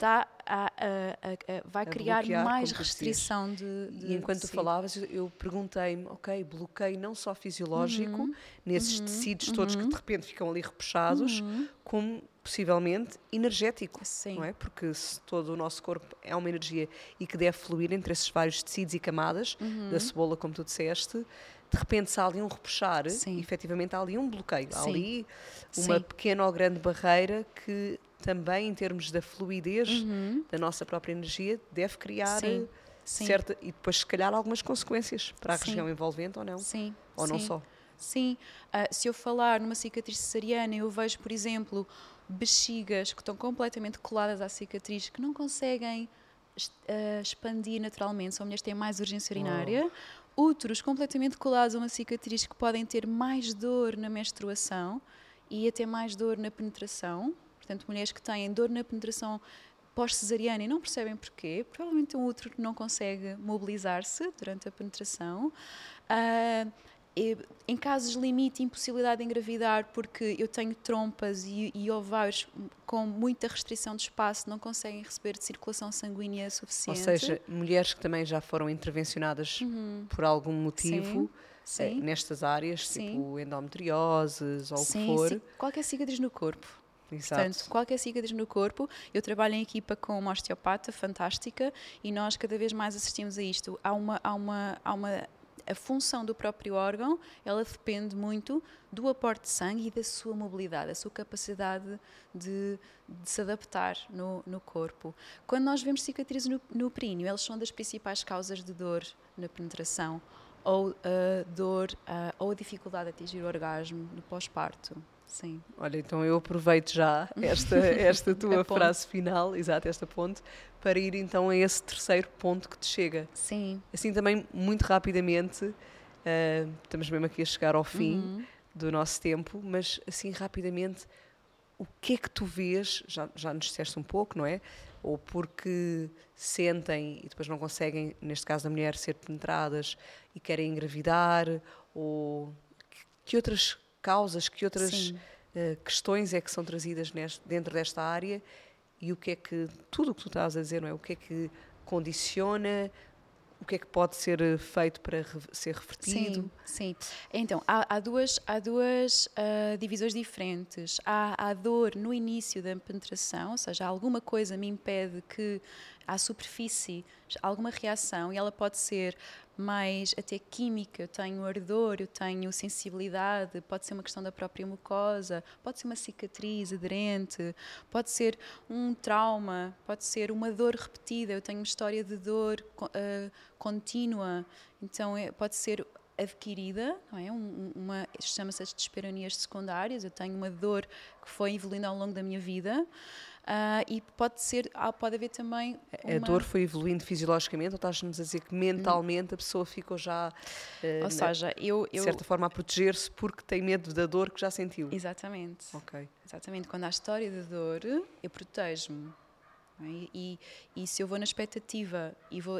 vai criar mais restrição de E enquanto tu falavas, eu perguntei-me, ok, bloqueio não só fisiológico, nesses tecidos todos que de repente ficam ali repuxados, como possivelmente energético, não é? Porque se todo o nosso corpo é uma energia e que deve fluir entre esses vários tecidos e camadas da cebola, como tu disseste, de repente se há ali um repuxar, efetivamente há ali um bloqueio, há ali uma pequena ou grande barreira que também em termos da fluidez da nossa própria energia deve criar certa, e depois se calhar algumas consequências para a região envolvente ou não, ou não só. Sim, se eu falar numa cicatriz cesariana, eu vejo, por exemplo, bexigas que estão completamente coladas à cicatriz, que não conseguem expandir naturalmente, são mulheres que têm mais urgência urinária, úteros completamente colados a uma cicatriz que podem ter mais dor na menstruação e até mais dor na penetração. Portanto, mulheres que têm dor na penetração pós-cesariana e não percebem porquê, provavelmente um útero que não consegue mobilizar-se durante a penetração. Em casos de limite, impossibilidade de engravidar, porque eu tenho trompas e ovários com muita restrição de espaço, não conseguem receber de circulação sanguínea suficiente. Ou seja, mulheres que também já foram intervencionadas por algum motivo nestas áreas, tipo endometrioses ou o que for. Qualquer cicatriz no corpo. Exato. Portanto, qualquer cicatriz no corpo, eu trabalho em equipa com uma osteopata fantástica e nós cada vez mais assistimos a isto. A função do próprio órgão, ela depende muito do aporte de sangue e da sua mobilidade, da sua capacidade de se adaptar no corpo. Quando nós vemos cicatrizes no períneo, elas são das principais causas de dor na penetração, ou dor, ou a dificuldade de atingir o orgasmo no pós-parto. Sim. Olha, então eu aproveito já esta tua frase final, exato, esta ponte, para ir então a esse terceiro ponto que te chega. Sim. Assim também, muito rapidamente, estamos mesmo aqui a chegar ao fim do nosso tempo, mas assim rapidamente, o que é que tu vês, já nos disseste um pouco, não é? Ou porque sentem e depois não conseguem, neste caso da mulher, ser penetradas e querem engravidar, ou que outras causas, que outras questões é que são trazidas dentro desta área e o que é que, tudo o que tu estás a dizer, não é? O que é que condiciona, o que é que pode ser feito para ser revertido? Sim. Então, há duas divisões diferentes. Há dor no início da penetração, ou seja, alguma coisa me impede que à superfície alguma reação, e ela pode ser mais até química, eu tenho ardor, eu tenho sensibilidade, pode ser uma questão da própria mucosa, pode ser uma cicatriz aderente, pode ser um trauma, pode ser uma dor repetida, eu tenho uma história de dor contínua, então pode ser adquirida, não é? Chama-se as disparonias secundárias, eu tenho uma dor que foi evoluindo ao longo da minha vida. E pode haver também A dor foi evoluindo fisiologicamente ou estás-nos a dizer que mentalmente a pessoa ficou já ou seja, de certa forma a proteger-se porque tem medo da dor que já sentiu? Exatamente. Ok. Exatamente. Quando há história de dor, eu protejo-me. E se eu vou na expectativa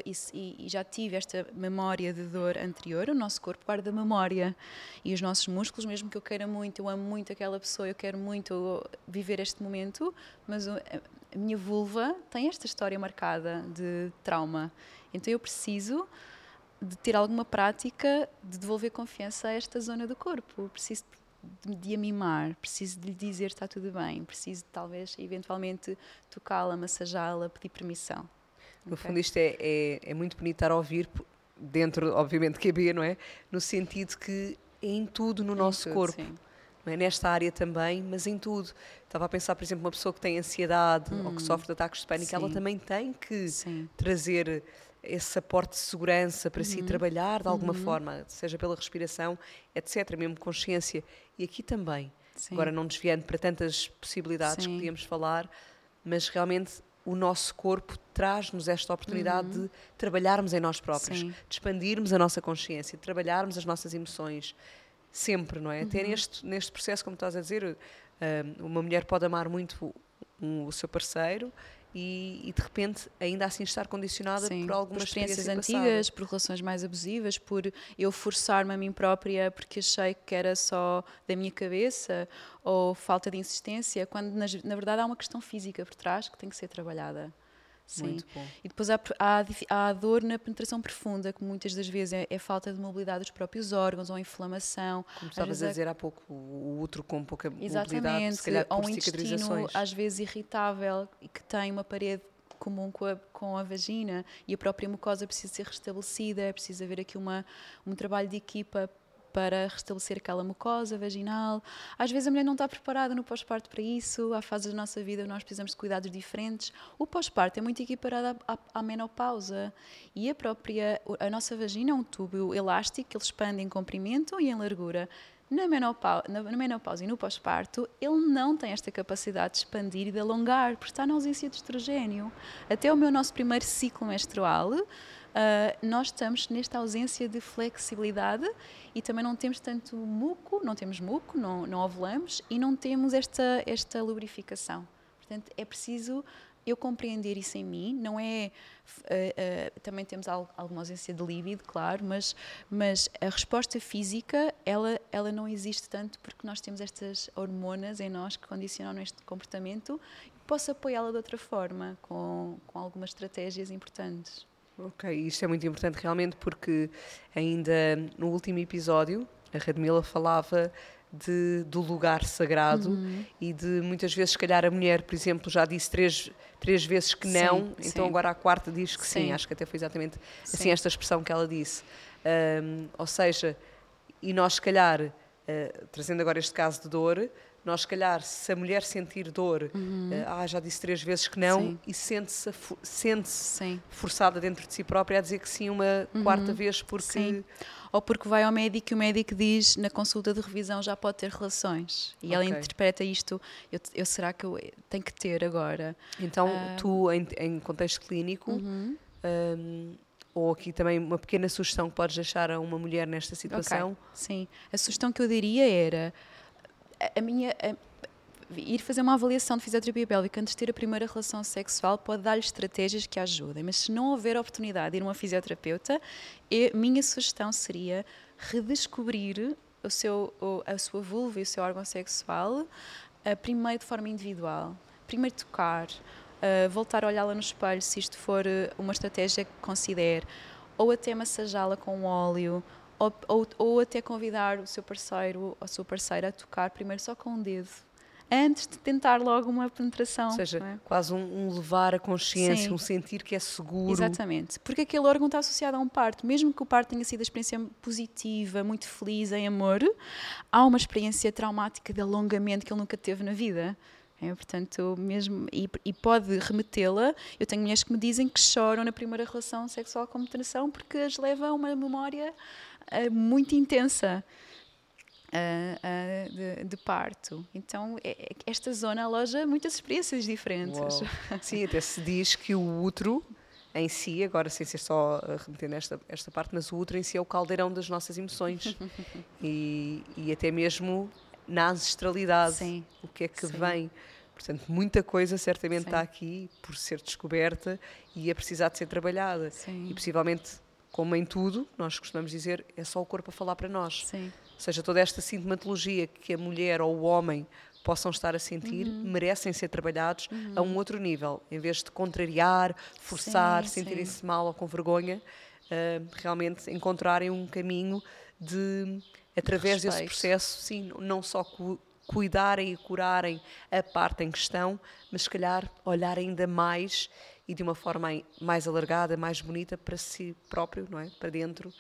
e já tive esta memória de dor anterior, o nosso corpo guarda memória e os nossos músculos, mesmo que eu queira muito, eu amo muito aquela pessoa, eu quero muito viver este momento, mas a minha vulva tem esta história marcada de trauma, então eu preciso de ter alguma prática de devolver confiança a esta zona do corpo, eu preciso de a mimar, preciso de lhe dizer está tudo bem, preciso de, talvez, eventualmente, tocá-la, massajá-la, pedir permissão. No fundo isto é muito bonito estar a ouvir, dentro, obviamente, que é B, não é? No sentido que é em tudo no nosso corpo. Não é? Nesta área também, mas em tudo. Estava a pensar, por exemplo, uma pessoa que tem ansiedade ou que sofre de ataques de pânico, ela também tem que trazer esse aporte de segurança para si trabalhar de alguma forma, seja pela respiração, etc., mesmo consciência. E aqui também, Sim. Agora não desviando para tantas possibilidades que podíamos falar, mas realmente o nosso corpo traz-nos esta oportunidade de trabalharmos em nós próprios, de expandirmos a nossa consciência, de trabalharmos as nossas emoções, sempre, não é? Até neste processo, como estás a dizer, uma mulher pode amar muito o seu parceiro e de repente ainda assim estar condicionada por algumas experiências antigas, por relações mais abusivas, por eu forçar-me a mim própria porque achei que era só da minha cabeça ou falta de insistência, quando na verdade há uma questão física por trás que tem que ser trabalhada. Sim. Muito bom. E depois há a dor na penetração profunda, que muitas das vezes é falta de mobilidade dos próprios órgãos ou inflamação. Como estavas a dizer há pouco, o útero com pouca mobilidade, exatamente, se calhar ou por um intestino cicatrizações. às vezes irritável e que tem uma parede comum com a vagina e a própria mucosa precisa ser restabelecida, é preciso haver aqui um trabalho de equipa para restabelecer aquela mucosa vaginal. Às vezes a mulher não está preparada no pós-parto para isso, há fases da nossa vida nós precisamos de cuidados diferentes. O pós-parto é muito equiparado à menopausa e a nossa vagina é um tubo elástico que ele expande em comprimento e em largura. Na menopausa e no pós-parto, ele não tem esta capacidade de expandir e de alongar, porque está na ausência de estrogênio. Até o nosso primeiro ciclo menstrual, nós estamos nesta ausência de flexibilidade e também não temos tanto muco, não ovulamos e não temos esta lubrificação. Portanto, é preciso eu compreender isso em mim, não é... também temos alguma ausência de líbido, claro, mas a resposta física, ela não existe tanto porque nós temos estas hormonas em nós que condicionam este comportamento e posso apoiá-la de outra forma, com algumas estratégias importantes. Ok, isto é muito importante realmente porque ainda no último episódio a Radmila falava do lugar sagrado e de muitas vezes, se calhar, a mulher, por exemplo, já disse três vezes que não, então agora a quarta diz que sim. Acho que até foi exatamente assim esta expressão que ela disse. Ou seja, e nós, se calhar, trazendo agora este caso de dor, nós, se calhar, se a mulher sentir dor, já disse 3 vezes que não, e sente-se forçada dentro de si própria a dizer que sim uma quarta vez porque... Sim. Ou porque vai ao médico e o médico diz na consulta de revisão já pode ter relações. E ela interpreta isto, será que eu tenho que ter agora? Então, tu, em contexto clínico, ou aqui também uma pequena sugestão que podes deixar a uma mulher nesta situação? Sim, a sugestão que eu daria era... ir fazer uma avaliação de fisioterapia pélvica antes de ter a primeira relação sexual pode dar-lhe estratégias que a ajudem, mas se não houver oportunidade de ir a uma fisioterapeuta, minha sugestão seria redescobrir a sua vulva e o seu órgão sexual primeiro de forma individual. Primeiro tocar, voltar a olhá-la no espelho se isto for uma estratégia que considere, ou até massajá-la com óleo, ou até convidar o seu parceiro ou a sua parceira a tocar primeiro só com um dedo, antes de tentar logo uma penetração. Ou seja, quase um levar a consciência, um sentir que é seguro. Exatamente, porque aquele órgão está associado a um parto. Mesmo que o parto tenha sido a experiência positiva, muito feliz, em amor, há uma experiência traumática de alongamento que ele nunca teve na vida. Portanto, mesmo, e pode remetê-la. Eu tenho mulheres que me dizem que choram na primeira relação sexual com penetração porque as leva a uma memória muito intensa de parto. Então, esta zona aloja muitas experiências diferentes. Uau. Sim, até se diz que o útero em si, agora sem ser só remetendo esta parte, mas o útero em si é o caldeirão das nossas emoções e até mesmo na ancestralidade. Sim. O que é que vem. Portanto, muita coisa certamente está aqui por ser descoberta e a precisar de ser trabalhada. Sim. E possivelmente, como em tudo, nós costumamos dizer, é só o corpo a falar para nós. Sim. Ou seja, toda esta sintomatologia que a mulher ou o homem possam estar a sentir, merecem ser trabalhados a um outro nível. Em vez de contrariar, forçar, sentirem-se mal ou com vergonha, realmente encontrarem um caminho de, através desse processo, sim, não só cuidarem e curarem a parte em questão, mas se calhar olhar ainda mais e de uma forma mais alargada, mais bonita para si próprio, não é? Para dentro,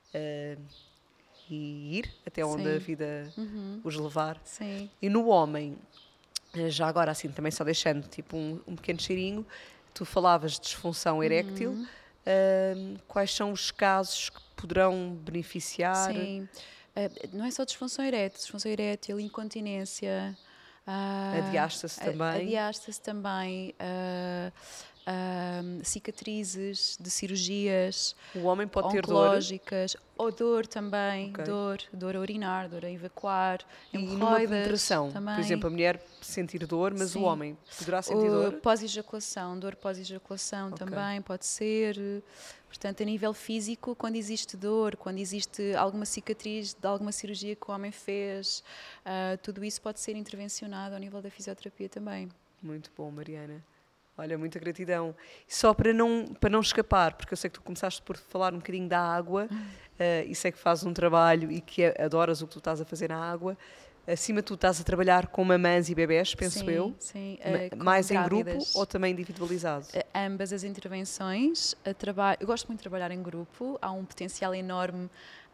e ir até onde a vida os levar. Sim. E no homem, já agora assim, também só deixando tipo um pequeno cheirinho, tu falavas de disfunção eréctil, quais são os casos que poderão beneficiar? Sim. Não é só disfunção erétil, incontinência. A diástase também. A diástase também. Cicatrizes de cirurgias o homem pode ter oncológicas, ou dor também, Okay. dor a urinar, dor a evacuar, E numa hemorroidas penetração, também. por exemplo, a mulher sentir dor, mas Sim. o homem poderá sentir dor? Pós-ejaculação, dor pós-ejaculação Ok. também pode ser. Portanto, a nível físico, quando existe dor, quando existe alguma cicatriz de alguma cirurgia que o homem fez, tudo isso pode ser intervencionado ao nível da fisioterapia também. Muito bom, Mariana. Olha, muita gratidão. E só para não escapar, porque eu sei que tu começaste por falar um bocadinho da água, e sei que fazes um trabalho e que adoras o que tu estás a fazer na água. Acima de tudo, estás a trabalhar com mamãs e bebés, penso eu. Sim, mais em grupo grávidas. ou também individualizado? Ambas as intervenções. Eu gosto muito de trabalhar em grupo. Há um potencial enorme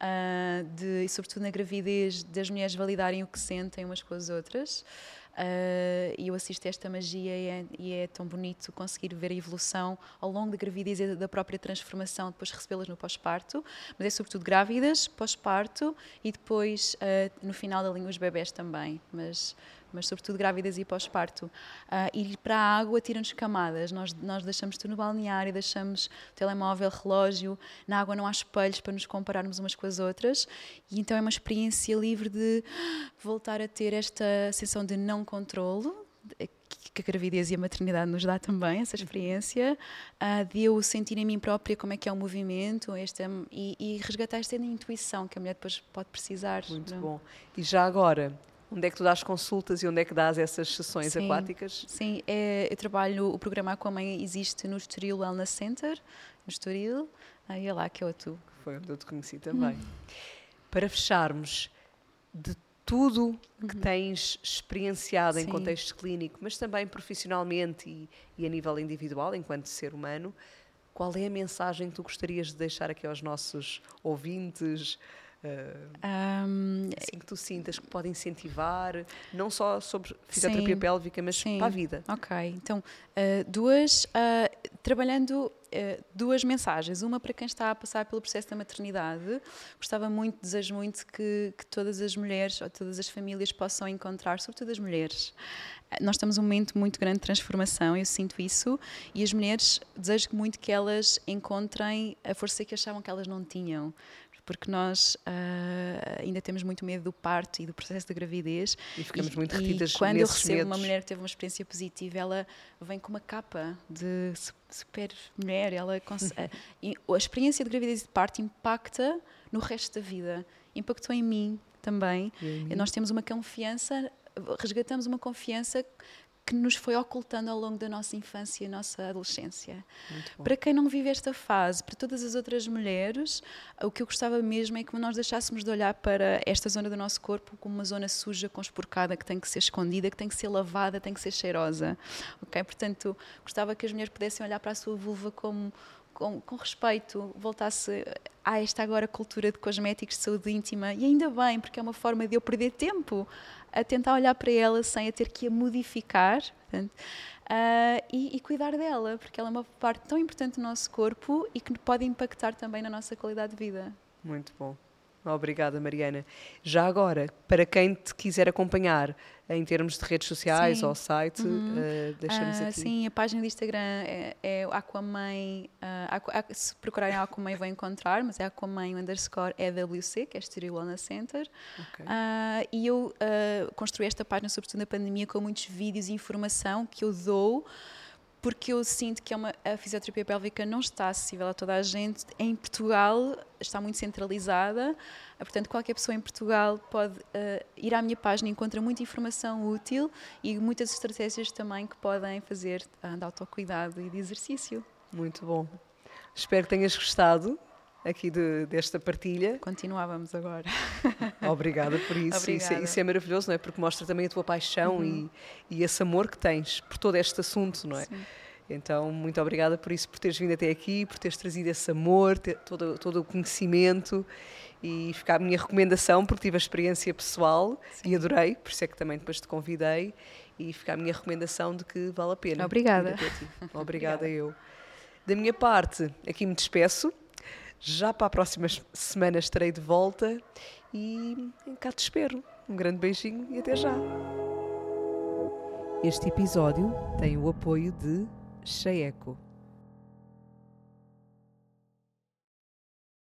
e sobretudo na gravidez, das mulheres validarem o que sentem umas com as outras. E eu assisto a esta magia e é tão bonito conseguir ver a evolução ao longo da gravidez e da própria transformação, depois recebê-las no pós-parto, mas é sobretudo grávidas, pós-parto e depois no final da linha os bebés também, mas sobretudo grávidas e pós-parto. E para a água tiram-nos camadas, nós deixamos tudo no balneário, deixamos telemóvel, relógio, na água não há espelhos para nos compararmos umas com as outras, e então é uma experiência livre de voltar a ter esta sensação de não controlo, que a gravidez e a maternidade nos dá também, essa experiência, de eu sentir em mim própria como é que é o movimento e resgatar esta intuição que a mulher depois pode precisar. Muito bom. E já agora, onde é que tu dás consultas e onde é que dás essas sessões aquáticas? Sim, eu trabalho, o programa Aquamãe existe no Estoril Wellness Center, no Estoril, aí é lá que eu atuo. Foi onde eu te conheci também. Para fecharmos, de tudo que tens experienciado em contexto clínico, mas também profissionalmente e a nível individual, enquanto ser humano, qual é a mensagem que tu gostarias de deixar aqui aos nossos ouvintes? Assim que tu sintas que pode incentivar, não só sobre fisioterapia pélvica, mas para a vida. Ok, então trabalhando duas mensagens, uma para quem está a passar pelo processo da maternidade. Desejo muito que todas as mulheres ou todas as famílias possam encontrar, sobretudo as mulheres. Nós estamos num momento muito grande de transformação, eu sinto isso, e as mulheres, desejo muito que elas encontrem a força que achavam que elas não tinham, porque nós ainda temos muito medo do parto e do processo da gravidez. E ficamos muito retidas quando eu recebo medos. uma mulher que teve uma experiência positiva, ela vem com uma capa de super mulher. A experiência de gravidez e de parto impacta no resto da vida. Impactou em mim também. Nós temos uma confiança, resgatamos uma confiança que nos foi ocultando ao longo da nossa infância e nossa adolescência. Para quem não vive esta fase, para todas as outras mulheres, o que eu gostava mesmo é que nós deixássemos de olhar para esta zona do nosso corpo como uma zona suja, conspurcada, que tem que ser escondida, que tem que ser lavada, tem que ser cheirosa. Okay? Portanto, gostava que as mulheres pudessem olhar para a sua vulva com respeito, voltasse a esta agora cultura de cosméticos de saúde íntima, e ainda bem, porque é uma forma de eu perder tempo a tentar olhar para ela sem a ter que a modificar, portanto, e cuidar dela, porque ela é uma parte tão importante do nosso corpo e que pode impactar também na nossa qualidade de vida. Muito bom. Obrigada, Mariana. Já agora, para quem te quiser acompanhar em termos de redes sociais ou site, deixamos aqui. Sim, a página do Instagram é Aquamãe. Se procurarem a Aquamãe vão encontrar, mas é Aquamãe_EWC, que é Estoril Wellness Center. Okay. E eu construí esta página, sobretudo na pandemia, com muitos vídeos e informação que eu dou, porque eu sinto que a fisioterapia pélvica não está acessível a toda a gente. Em Portugal está muito centralizada, portanto qualquer pessoa em Portugal pode ir à minha página e encontra muita informação útil e muitas estratégias também que podem fazer de autocuidado e de exercício. Muito bom. Espero que tenhas gostado aqui desta partilha. Continuávamos agora. Obrigada por isso. Obrigada. Isso é maravilhoso, não é? Porque mostra também a tua paixão e esse amor que tens por todo este assunto, não é? Sim. Então, muito obrigada por isso, por teres vindo até aqui, por teres trazido esse amor, todo o conhecimento, e fica a minha recomendação, porque tive a experiência pessoal e adorei, por isso é que também depois te convidei, e fica a minha recomendação de que vale a pena. Obrigada. Obrigada eu. Da minha parte, aqui me despeço. Já para a próxima semana estarei de volta e cá te espero. Um grande beijinho e até já! Este episódio tem o apoio de Cheeco.